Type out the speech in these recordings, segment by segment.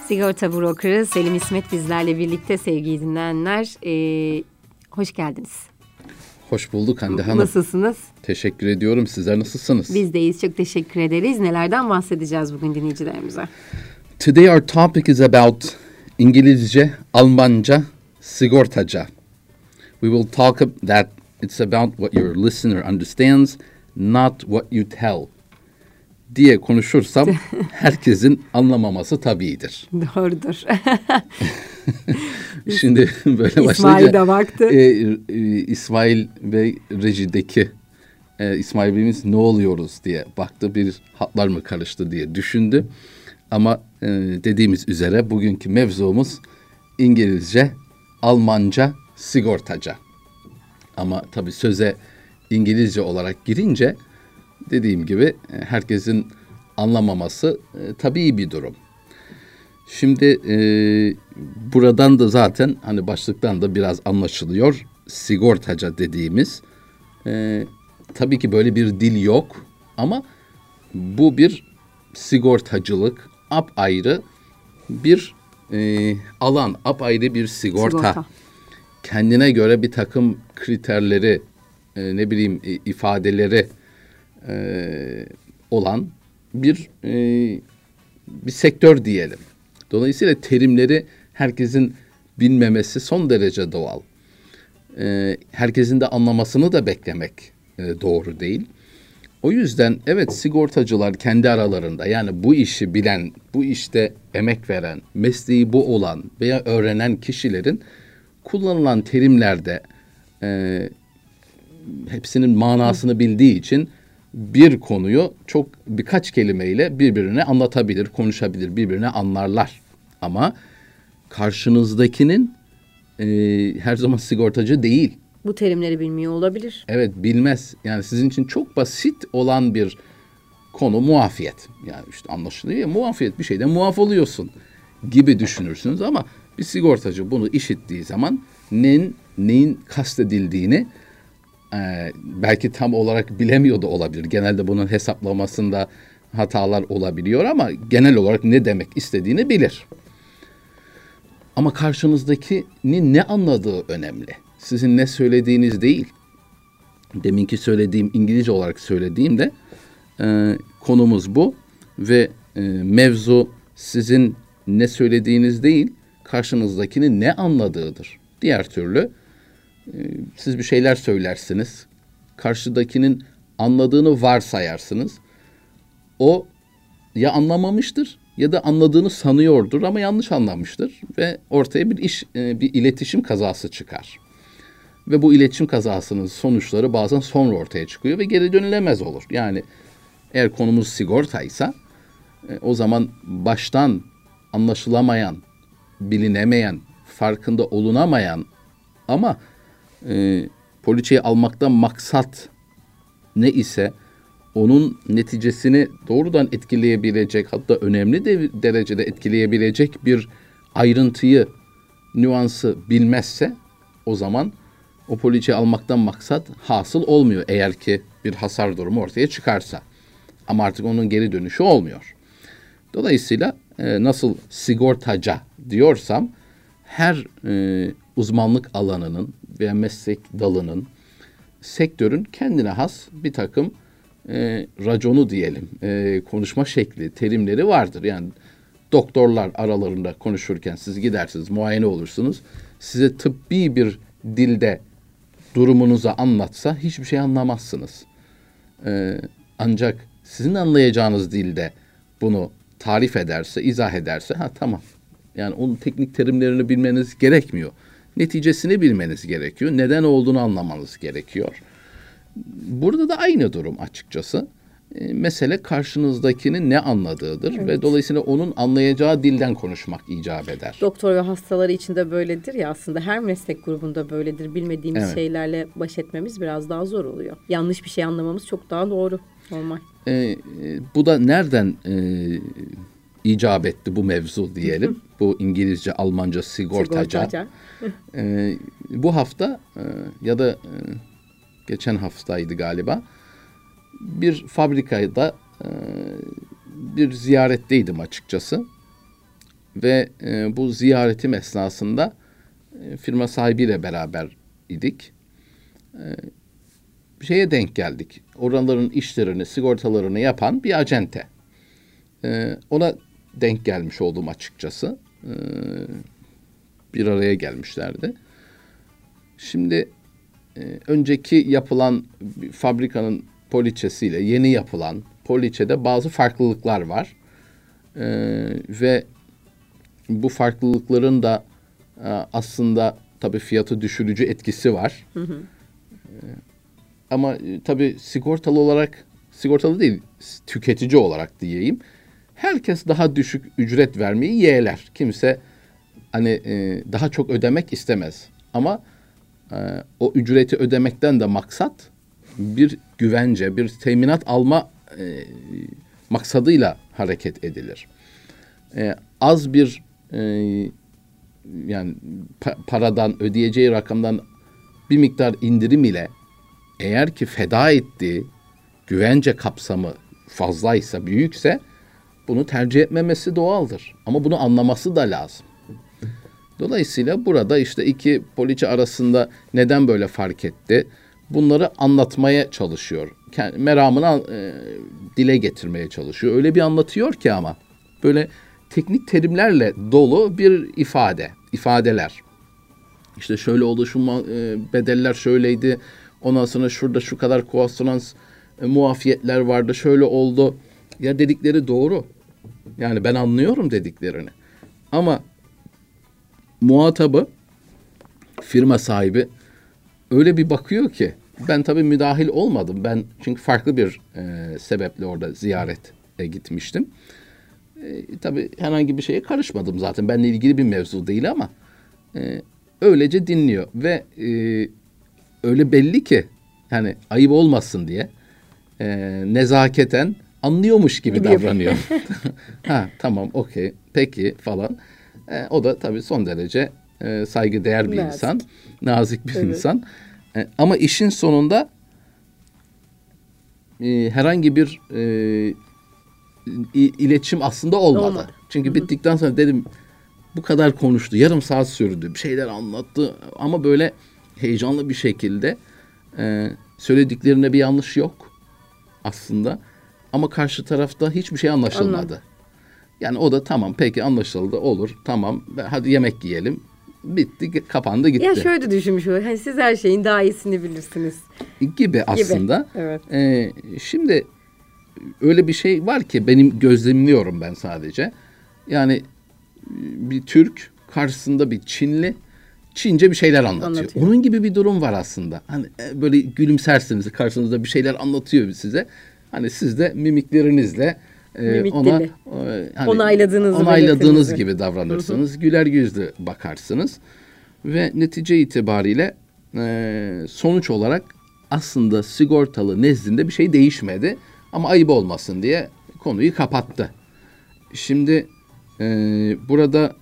Sigorta brokerı Selim İsmet bizlerle birlikte sevgili dinleyenler. Hoş geldiniz. Hoş bulduk Hande Hanım. Nasılsınız? Teşekkür ediyorum. Sizler nasılsınız? Biz deyiz. Çok teşekkür ederiz. Nelerden bahsedeceğiz bugün dinleyicilerimize? Today our topic is about İngilizce, Almanca, sigortaca. We will talk that it's about what your listener understands, not what you tell diye konuşursam herkesin anlamaması tabiidir. Doğrudur. Şimdi böyle başlayınca İsmail de baktı. İsmail Bey rejideki İsmail Bey'imiz ne oluyoruz diye baktı, bir hatlar mı karıştı diye düşündü. Ama dediğimiz üzere bugünkü mevzumuz İngilizce, Almanca, sigortaca. Ama tabii söze İngilizce olarak girince dediğim gibi herkesin anlamaması tabii bir durum. Şimdi buradan da zaten hani başlıktan da biraz anlaşılıyor. Sigortaca dediğimiz tabii ki böyle bir dil yok ama bu bir sigortacılık, apayrı bir alan, apayrı bir sigorta. Kendine göre bir takım kriterleri, ifadeleri olan bir sektör diyelim. Dolayısıyla terimleri herkesin bilmemesi son derece doğal. Herkesin de anlamasını da beklemek doğru değil. O yüzden evet, sigortacılar kendi aralarında, yani bu işi bilen, bu işte emek veren, mesleği bu olan veya öğrenen kişilerin kullanılan terimlerde hepsinin manasını bildiği için bir konuyu çok birkaç kelimeyle birbirine anlatabilir, konuşabilir, birbirine anlarlar. Ama karşınızdakinin her zaman sigortacı değil. Bu terimleri bilmiyor olabilir. Evet, bilmez. Yani sizin için çok basit olan bir konu muafiyet. Yani işte anlaşılıyor ya, muafiyet, bir şeyden muaf oluyorsun gibi düşünürsünüz ama bir sigortacı bunu işittiği zaman neyin kastedildiğini belki tam olarak bilemiyor da olabilir. Genelde bunun hesaplamasında hatalar olabiliyor ama genel olarak ne demek istediğini bilir. Ama karşınızdakinin ne anladığı önemli. Sizin ne söylediğiniz değil. Deminki söylediğim, İngilizce olarak söylediğimde konumuz bu ve mevzu sizin ne söylediğiniz değil, karşınızdakinin ne anladığıdır. Diğer türlü siz bir şeyler söylersiniz, karşıdakinin anladığını varsayarsınız. O ya anlamamıştır ya da anladığını sanıyordur ama yanlış anlamıştır ve ortaya bir iletişim kazası çıkar. Ve bu iletişim kazasının sonuçları bazen sonra ortaya çıkıyor ve geri dönülemez olur. Yani eğer konumuz sigortaysa o zaman baştan anlaşılamayan, bilinemeyen, farkında olunamayan ama poliçeyi almaktan maksat ne ise onun neticesini doğrudan etkileyebilecek, hatta önemli derecede etkileyebilecek bir ayrıntıyı, nüansı bilmezse o zaman o poliçeyi almaktan maksat hasıl olmuyor, eğer ki bir hasar durumu ortaya çıkarsa. Ama artık onun geri dönüşü olmuyor. Dolayısıyla nasıl sigortaca diyorsam her uzmanlık alanının veya meslek dalının, sektörün kendine has bir takım raconu diyelim, konuşma şekli, terimleri vardır. Yani doktorlar aralarında konuşurken siz gidersiniz, muayene olursunuz. Size tıbbi bir dilde durumunuzu anlatsa hiçbir şey anlamazsınız. Ancak sizin anlayacağınız dilde bunu tarif ederse, izah ederse, tamam. Yani onun teknik terimlerini bilmeniz gerekmiyor. Neticesini bilmeniz gerekiyor. Neden olduğunu anlamanız gerekiyor. Burada da aynı durum açıkçası. Mesele karşınızdakinin ne anladığıdır, evet. Ve dolayısıyla onun anlayacağı dilden konuşmak icap eder. Doktor ve hastaları için de böyledir ya, aslında her meslek grubunda böyledir. Bilmediğimiz evet. Şeylerle baş etmemiz biraz daha zor oluyor. Yanlış bir şey anlamamız çok daha doğru, normal. Bu da nereden icap etti bu mevzu diyelim. Bu İngilizce, Almanca, sigortaca. Bu hafta ya da geçen haftaydı galiba, bir fabrikada bir ziyaretteydim açıkçası. Ve bu ziyaretim esnasında firma sahibiyle beraber idik. Bir şeye denk geldik. Oraların işlerini, sigortalarını yapan bir acente. Ona denk gelmiş oldum açıkçası. Bir araya gelmişlerdi. Şimdi önceki yapılan fabrikanın poliçesiyle yeni yapılan poliçede bazı farklılıklar var. Ve bu farklılıkların da aslında tabii fiyatı düşürücü etkisi var. Hı hı. Ama tabii sigortalı değil, tüketici olarak diyeyim. Herkes daha düşük ücret vermeyi yeğler. Kimse hani daha çok ödemek istemez. Ama o ücreti ödemekten de maksat bir güvence, bir teminat alma maksadıyla hareket edilir. Az bir yani paradan, ödeyeceği rakamdan bir miktar indirim ile eğer ki feda ettiği güvence kapsamı fazlaysa, büyükse bunu tercih etmemesi doğaldır. Ama bunu anlaması da lazım. Dolayısıyla burada işte iki poliçe arasında neden böyle fark etti? Bunları anlatmaya çalışıyor. Meramını dile getirmeye çalışıyor. Öyle bir anlatıyor ki ama böyle teknik terimlerle dolu bir ifadeler. İşte şöyle oldu, şu bedeller şöyleydi. Ondan sonra şurada şu kadar koastrans muafiyetler vardı, şöyle oldu. Ya dedikleri doğru. Yani ben anlıyorum dediklerini. Ama muhatabı, firma sahibi öyle bir bakıyor ki, ben tabii müdahil olmadım. Ben çünkü farklı bir sebeple orada ziyarete gitmiştim. Tabii herhangi bir şeye karışmadım zaten. Benimle ilgili bir mevzu değil ama öylece dinliyor ve öyle belli ki yani ayıp olmasın diye nezaketen anlıyormuş gibi davranıyor. Ha tamam, okey, peki falan. O da tabii son derece saygıdeğer bir insan, nazik bir insan. Ama işin sonunda herhangi bir iletişim aslında olmadı. Çünkü bittikten sonra dedim, bu kadar konuştu, yarım saat sürdü, bir şeyler anlattı ama böyle heyecanlı bir şekilde söylediklerinde bir yanlış yok aslında. Ama karşı tarafta hiçbir şey anlaşılmadı. Yani o da tamam, peki anlaşıldı, olur, tamam, hadi yemek yiyelim. Bitti, kapandı, gitti. Ya şöyle düşünmüş olur. Hani siz her şeyin daha iyisini bilirsiniz. Gibi aslında. Evet. Şimdi öyle bir şey var ki benim gözlemliyorum ben sadece. Yani bir Türk karşısında bir Çinli Çince bir şeyler anlatıyor. Onun gibi bir durum var aslında. Hani böyle gülümsersiniz, karşınızda bir şeyler anlatıyor size. Hani siz de mimiklerinizle ona hani onayladığınız gibi davranırsınız. Güler yüzlü bakarsınız. Ve netice itibariyle sonuç olarak aslında sigortalı nezdinde bir şey değişmedi. Ama ayıp olmasın diye konuyu kapattı. Şimdi burada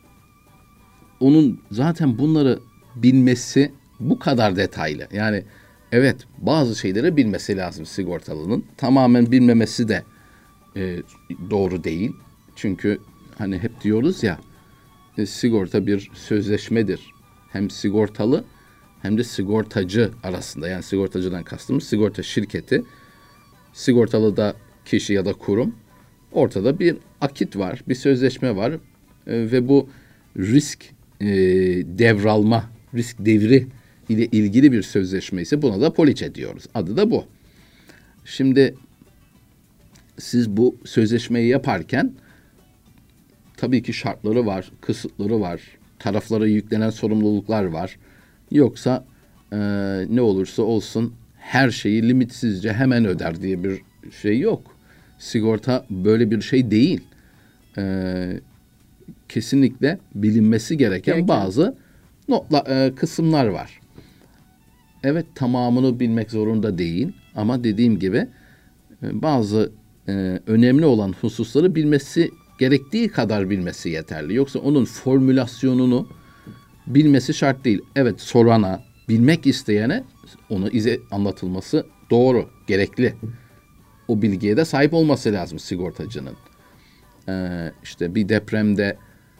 onun zaten bunları bilmesi bu kadar detaylı. Yani evet, bazı şeyleri bilmesi lazım sigortalının. Tamamen bilmemesi de doğru değil. Çünkü hani hep diyoruz ya, sigorta bir sözleşmedir. Hem sigortalı hem de sigortacı arasında. Yani sigortacıdan kastımız sigorta şirketi, sigortalı da kişi ya da kurum. Ortada bir akit var, bir sözleşme var ve bu risk devralma, risk devri ile ilgili bir sözleşme ise buna da poliçe diyoruz. Adı da bu. Şimdi siz bu sözleşmeyi yaparken tabii ki şartları var, kısıtları var, taraflara yüklenen sorumluluklar var. Yoksa ne olursa olsun her şeyi limitsizce hemen öder diye bir şey yok. Sigorta böyle bir şey değil. Kesinlikle bilinmesi gereken bazı kısımlar var. Evet, tamamını bilmek zorunda değil ama dediğim gibi bazı önemli olan hususları bilmesi gerektiği kadar bilmesi yeterli. Yoksa onun formülasyonunu bilmesi şart değil. Evet, sorana, bilmek isteyene onu anlatılması doğru, gerekli. O bilgiye de sahip olması lazım sigortacının. İşte bir depremde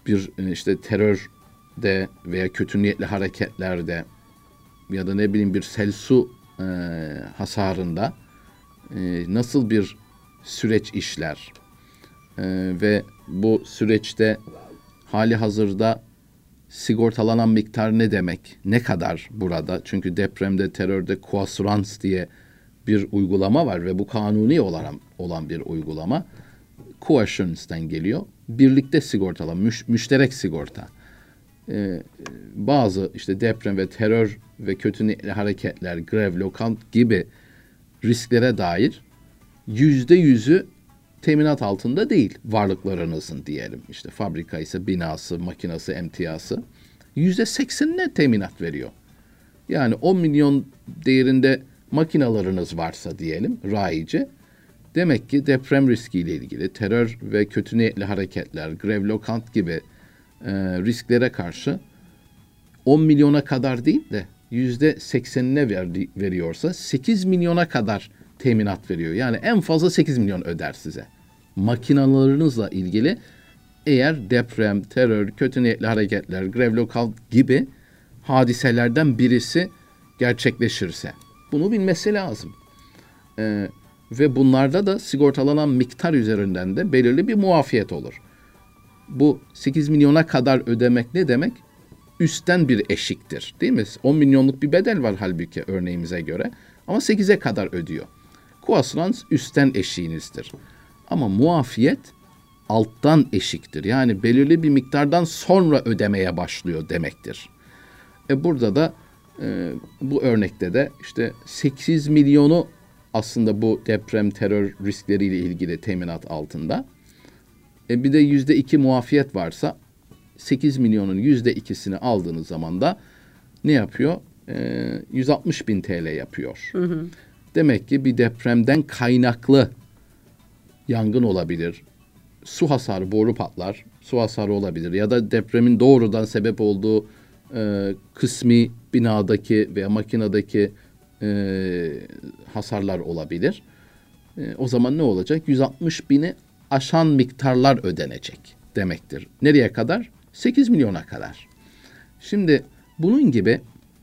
bir işte terörde veya kötü niyetli hareketlerde ya da ne bileyim bir sel su hasarında nasıl bir süreç işler ve bu süreçte hali hazırda sigortalanan miktar ne demek? Ne kadar burada? Çünkü depremde, terörde koasurans diye bir uygulama var ve bu kanuni olan bir uygulama. Coassurance'den geliyor. Birlikte sigortalama, müşterek sigorta. Bazı işte deprem ve terör ve kötü niyetli hareketler, grev, lokant gibi risklere dair %100'ü teminat altında değil varlıklarınızın diyelim. İşte fabrika ise binası, makinası, emtiyası. %80'ine teminat veriyor. Yani 10 milyon değerinde makinalarınız varsa diyelim rayici. Demek ki deprem riskiyle ilgili terör ve kötü niyetli hareketler, grev, lokant gibi risklere karşı 10 milyona kadar değil de %80'ine veriyorsa 8 milyona kadar teminat veriyor. Yani en fazla 8 milyon öder size. Makinalarınızla ilgili eğer deprem, terör, kötü niyetli hareketler, grev, lokant gibi hadiselerden birisi gerçekleşirse. Bunu bilmesi lazım. Ve bunlarda da sigortalanan miktar üzerinden de belirli bir muafiyet olur. Bu 8 milyona kadar ödemek ne demek? Üstten bir eşiktir, değil mi? 10 milyonluk bir bedel var halbuki örneğimize göre ama 8'e kadar ödüyor. Koasurans üstten eşiğinizdir. Ama muafiyet alttan eşiktir. Yani belirli bir miktardan sonra ödemeye başlıyor demektir. Burada da bu örnekte de işte 8 milyonu aslında bu deprem, terör riskleriyle ilgili teminat altında. Bir de %2 muafiyet varsa 8 milyonun %2'sini aldığınız zaman da ne yapıyor? 160 bin TL yapıyor. Hı hı. Demek ki bir depremden kaynaklı yangın olabilir. Su hasarı, boru patlar. Su hasarı olabilir. Ya da depremin doğrudan sebep olduğu kısmi binadaki veya makinedeki hasarlar olabilir. O zaman ne olacak? 160 bini aşan miktarlar ödenecek demektir. Nereye kadar? 8 milyona kadar. Şimdi bunun gibi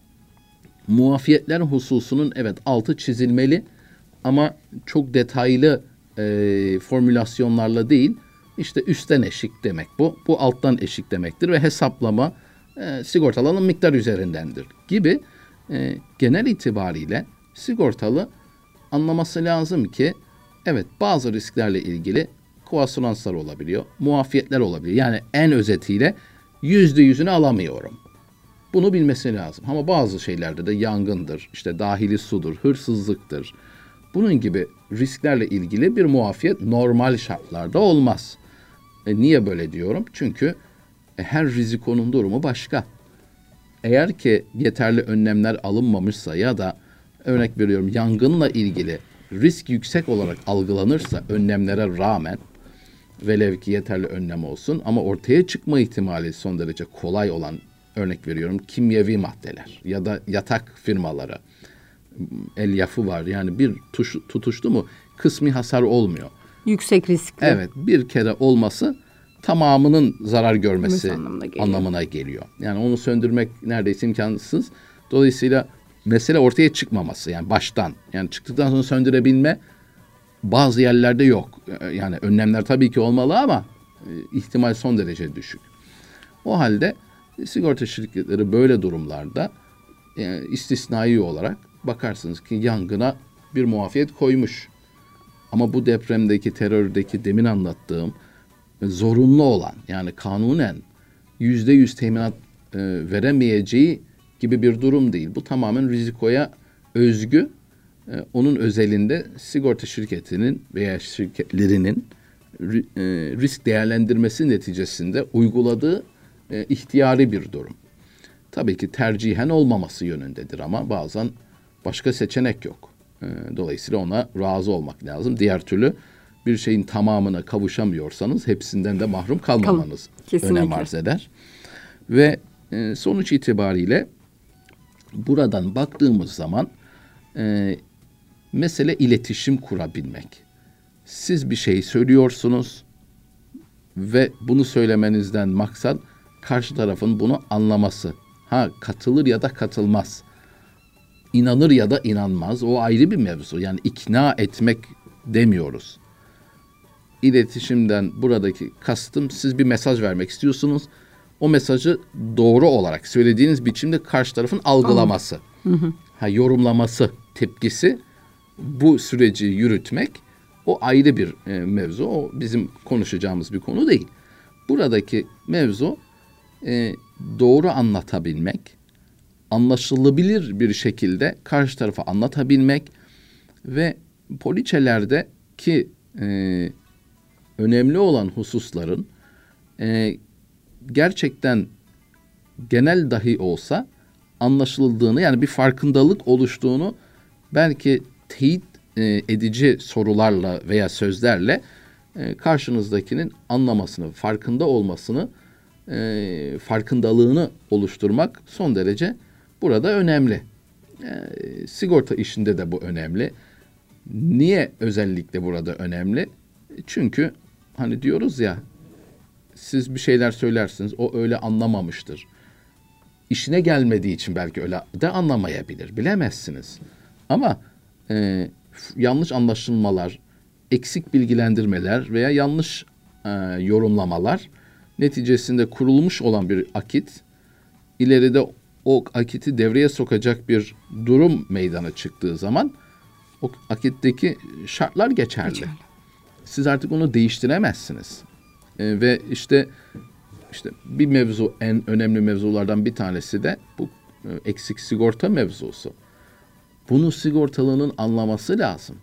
muafiyetler hususunun evet altı çizilmeli ama çok detaylı formülasyonlarla değil, işte üstten eşik demek bu. Bu alttan eşik demektir ve hesaplama sigortalanan miktar üzerindendir gibi genel itibariyle sigortalı anlaması lazım ki evet bazı risklerle ilgili koasuranslar olabiliyor, muafiyetler olabiliyor. Yani en özetiyle %100'ünü alamıyorum. Bunu bilmesi lazım. Ama bazı şeylerde de yangındır, işte dahili sudur, hırsızlıktır. Bunun gibi risklerle ilgili bir muafiyet normal şartlarda olmaz. Niye böyle diyorum? Çünkü her rizikonun durumu başka. Eğer ki yeterli önlemler alınmamışsa ya da örnek veriyorum yangınla ilgili risk yüksek olarak algılanırsa önlemlere rağmen velev ki yeterli önlem olsun ama ortaya çıkma ihtimali son derece kolay olan örnek veriyorum kimyevi maddeler ya da yatak firmaları elyafı var yani bir tutuştu mu kısmi hasar olmuyor. Yüksek riskli. Evet bir kere olması tamamının zarar görmesi anlamına geliyor. Yani onu söndürmek neredeyse imkansız. Dolayısıyla mesele ortaya çıkmaması yani baştan yani çıktıktan sonra söndürebilme bazı yerlerde yok. Yani önlemler tabii ki olmalı ama ihtimal son derece düşük. O halde sigorta şirketleri böyle durumlarda istisnai olarak bakarsınız ki yangına bir muafiyet koymuş. Ama bu depremdeki, terördeki demin anlattığım zorunlu olan yani kanunen %100 teminat veremeyeceği gibi bir durum değil. Bu tamamen rizikoya özgü. Onun özelinde sigorta şirketinin veya şirketlerinin risk değerlendirmesi neticesinde uyguladığı ihtiyari bir durum. Tabii ki tercihen olmaması yönündedir ama bazen başka seçenek yok. Dolayısıyla ona razı olmak lazım. Diğer türlü bir şeyin tamamına kavuşamıyorsanız hepsinden de mahrum kalmamanız önem arz eder. Ve sonuç itibariyle buradan baktığımız zaman mesele iletişim kurabilmek. Siz bir şey söylüyorsunuz, Ve bunu söylemenizden maksat karşı tarafın bunu anlaması. Ha, katılır ya da katılmaz. İnanır ya da inanmaz. O ayrı bir mevzu. Yani ikna etmek demiyoruz. İletişimden buradaki kastım, siz bir mesaj vermek istiyorsunuz. O mesajı doğru olarak söylediğiniz biçimde karşı tarafın algılaması. Ha, yorumlaması, tepkisi, bu süreci yürütmek, o ayrı bir mevzu. O bizim konuşacağımız bir konu değil. Buradaki mevzu doğru anlatabilmek, anlaşılabilir bir şekilde karşı tarafa anlatabilmek ve poliçelerdeki önemli olan hususların gerçekten genel dahi olsa anlaşıldığını, yani bir farkındalık oluştuğunu belki teyit edici sorularla veya sözlerle karşınızdakinin anlamasını, farkında olmasını, farkındalığını oluşturmak son derece burada önemli. Sigorta işinde de bu önemli. Niye özellikle burada önemli? Çünkü hani diyoruz ya, siz bir şeyler söylersiniz, o öyle anlamamıştır. İşine gelmediği için belki öyle de anlamayabilir, bilemezsiniz. Ama yanlış anlaşılmalar, eksik bilgilendirmeler veya yanlış yorumlamalar neticesinde kurulmuş olan bir akit, ileride o akiti devreye sokacak bir durum meydana çıktığı zaman o akitteki şartlar geçerli. Siz artık onu değiştiremezsiniz. Ve işte bir mevzu, en önemli mevzulardan bir tanesi de bu eksik sigorta mevzusu. Bunu sigortalının anlaması lazım.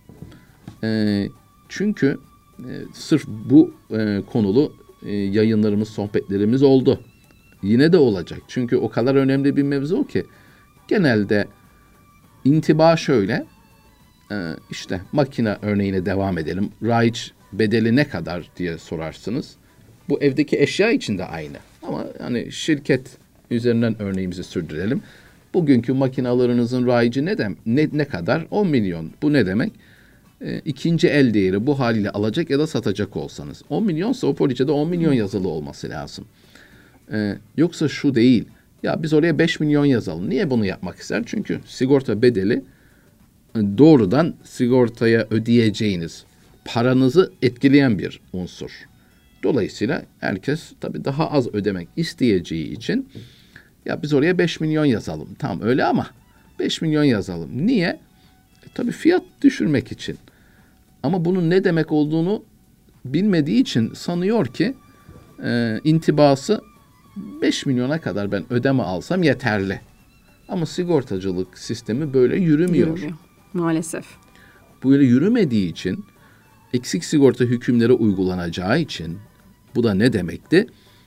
Çünkü sırf bu konulu yayınlarımız, sohbetlerimiz oldu. Yine de olacak. Çünkü o kadar önemli bir mevzu ki. Genelde intiba şöyle, işte makine örneğine devam edelim. Raiç bedeli ne kadar diye sorarsınız. Bu evdeki eşya için de aynı. Ama hani şirket üzerinden örneğimizi sürdürelim. Bugünkü makinalarınızın raici ne kadar? 10 milyon. Bu ne demek? İkinci el değeri bu haliyle alacak ya da satacak olsanız. 10 milyonsa o poliçede 10 milyon yazılı olması lazım. Yoksa şu değil. Ya biz oraya 5 milyon yazalım. Niye bunu yapmak ister? Çünkü sigorta bedeli doğrudan sigortaya ödeyeceğiniz paranızı etkileyen bir unsur. Dolayısıyla herkes tabii daha az ödemek isteyeceği için ya biz oraya 5 milyon yazalım. Tamam öyle ama 5 milyon yazalım. Niye? Tabii fiyat düşürmek için. Ama bunun ne demek olduğunu bilmediği için sanıyor ki intibası 5 milyona kadar ben ödeme alsam yeterli. Ama sigortacılık sistemi böyle yürümüyor. Maalesef. Böyle yürümediği için, eksik sigorta hükümleri uygulanacağı için, bu da ne demekti?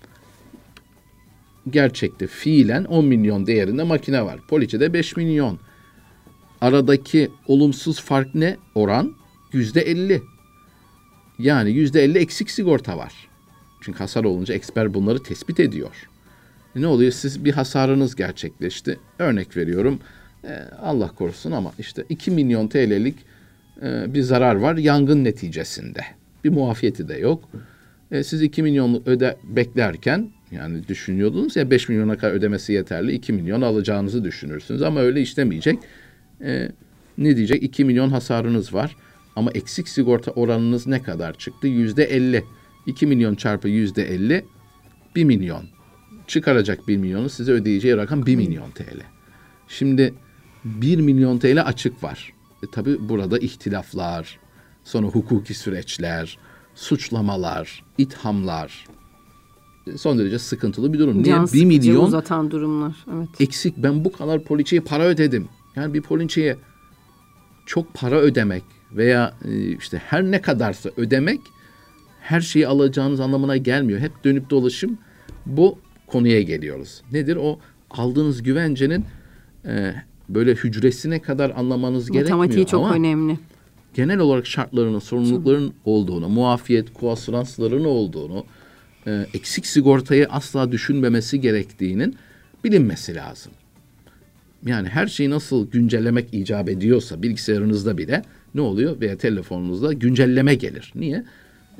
Gerçekte fiilen 10 milyon değerinde makine var. Poliçede 5 milyon. Aradaki olumsuz fark ne? Oran %50. Yani %50 eksik sigorta var. Çünkü hasar olunca eksper bunları tespit ediyor. Ne oluyor? Siz bir hasarınız gerçekleşti. Örnek veriyorum. Allah korusun ama işte 2 milyon TL'lik bir zarar var yangın neticesinde. Bir muafiyeti de yok. Siz 2 milyonluk beklerken, yani düşünüyordunuz ya 5 milyona kadar ödemesi yeterli, 2 milyon alacağınızı düşünürsünüz ama öyle işlemeyecek. Ne diyecek? 2 milyon hasarınız var ama eksik sigorta oranınız ne kadar çıktı? %50. 2 milyon çarpı %50 1 milyon. Çıkaracak 1 milyonu, size ödeyeceği rakam 1 milyon TL. Şimdi 1 milyon TL açık var. Tabii burada ihtilaflar, sonra hukuki süreçler, suçlamalar, ithamlar, son derece sıkıntılı bir durum. Niye? 1 milyon uzatan durumlar. Evet. Eksik. Ben bu kadar poliçeye para ödedim. Yani bir poliçeye çok para ödemek veya işte her ne kadarsa ödemek her şeyi alacağınız anlamına gelmiyor. Hep dönüp dolaşım bu konuya geliyoruz. Nedir? O aldığınız güvencenin böyle hücresine kadar anlamanız gerekmiyor. Matematiği çok önemli. Genel olarak şartlarının, sorumlulukların olduğunu, muafiyet, kuasuransların olduğunu, eksik sigortayı asla düşünmemesi gerektiğinin bilinmesi lazım. Yani her şeyi nasıl güncellemek icap ediyorsa bilgisayarınızda bile ne oluyor? Veya telefonunuzda güncelleme gelir. Niye?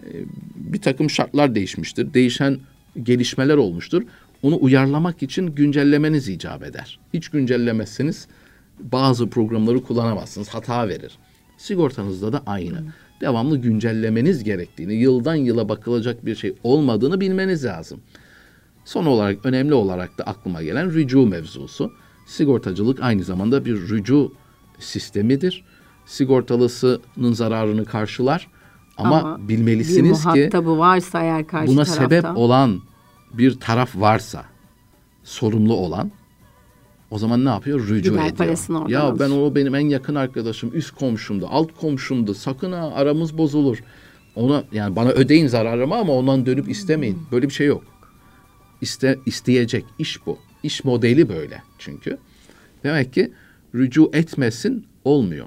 bir takım şartlar değişmiştir. Değişen gelişmeler olmuştur. Onu uyarlamak için güncellemeniz icap eder. Hiç güncellemezseniz bazı programları kullanamazsınız. Hata verir. Sigortanızda da aynı. Devamlı güncellemeniz gerektiğini, yıldan yıla bakılacak bir şey olmadığını bilmeniz lazım. Son olarak, önemli olarak da aklıma gelen rücu mevzusu. Sigortacılık aynı zamanda bir rücu sistemidir. Sigortalısının zararını karşılar ama bilmelisiniz ki bir muhatabı varsa eğer karşı buna tarafta, sebep olan bir taraf varsa, sorumlu olan, o zaman ne yapıyor? Rücu ediyor. Ya ben o benim en yakın arkadaşım, üst komşumdu, alt komşumdu. Sakın ha, aramız bozulur. Ona, yani bana ödeyin zararımı ama ondan dönüp istemeyin. Böyle bir şey yok. İsteyecek. İş bu. İş modeli böyle çünkü. Demek ki rücu etmesin olmuyor.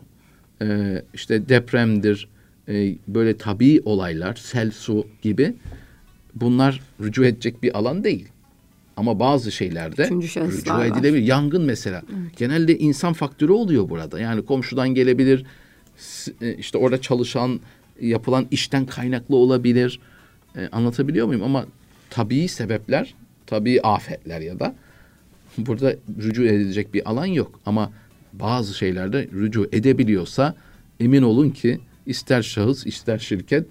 İşte depremdir, böyle tabii olaylar, sel, su gibi, bunlar rücu edecek bir alan değil. Ama bazı şeylerde rücu edilebilir. Yangın mesela. Evet. Genelde insan faktörü oluyor burada. Yani komşudan gelebilir, işte orada çalışan, yapılan işten kaynaklı olabilir. Anlatabiliyor muyum? Ama tabii sebepler, tabii afetler ya da burada rücu edilecek bir alan yok. Ama bazı şeylerde rücu edebiliyorsa emin olun ki ister şahıs ister şirket,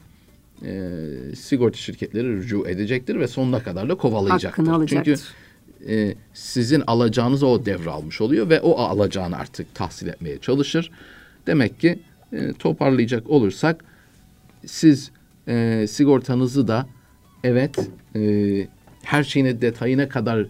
sigorta şirketleri rücu edecektir ve sonuna kadar da kovalayacaktır. Hakkını alacaktır. Çünkü sizin alacağınızı o devralmış oluyor ve o alacağını artık tahsil etmeye çalışır. Demek ki toparlayacak olursak, siz sigortanızı da evet her şeyine, detayına kadar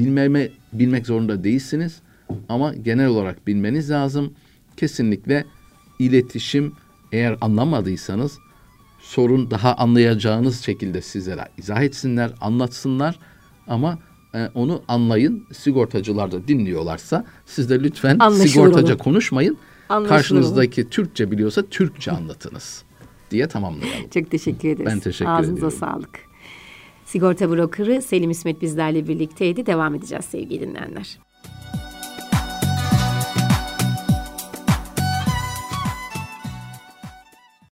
bilmek zorunda değilsiniz. Ama genel olarak bilmeniz lazım. Kesinlikle iletişim, eğer anlamadıysanız sorun daha anlayacağınız şekilde sizlere izah etsinler, anlatsınlar. Ama onu anlayın. Sigortacılar da dinliyorlarsa siz de lütfen sigortaca konuşmayın. Karşınızdaki Türkçe biliyorsa Türkçe anlatınız diye tamamlayalım. Çok teşekkür ederiz. Ben teşekkür ediyorum. ediyorum. Ağzınıza sağlık. Sigorta brokeri Selim İsmet bizlerle birlikteydi. Devam edeceğiz sevgili dinleyenler.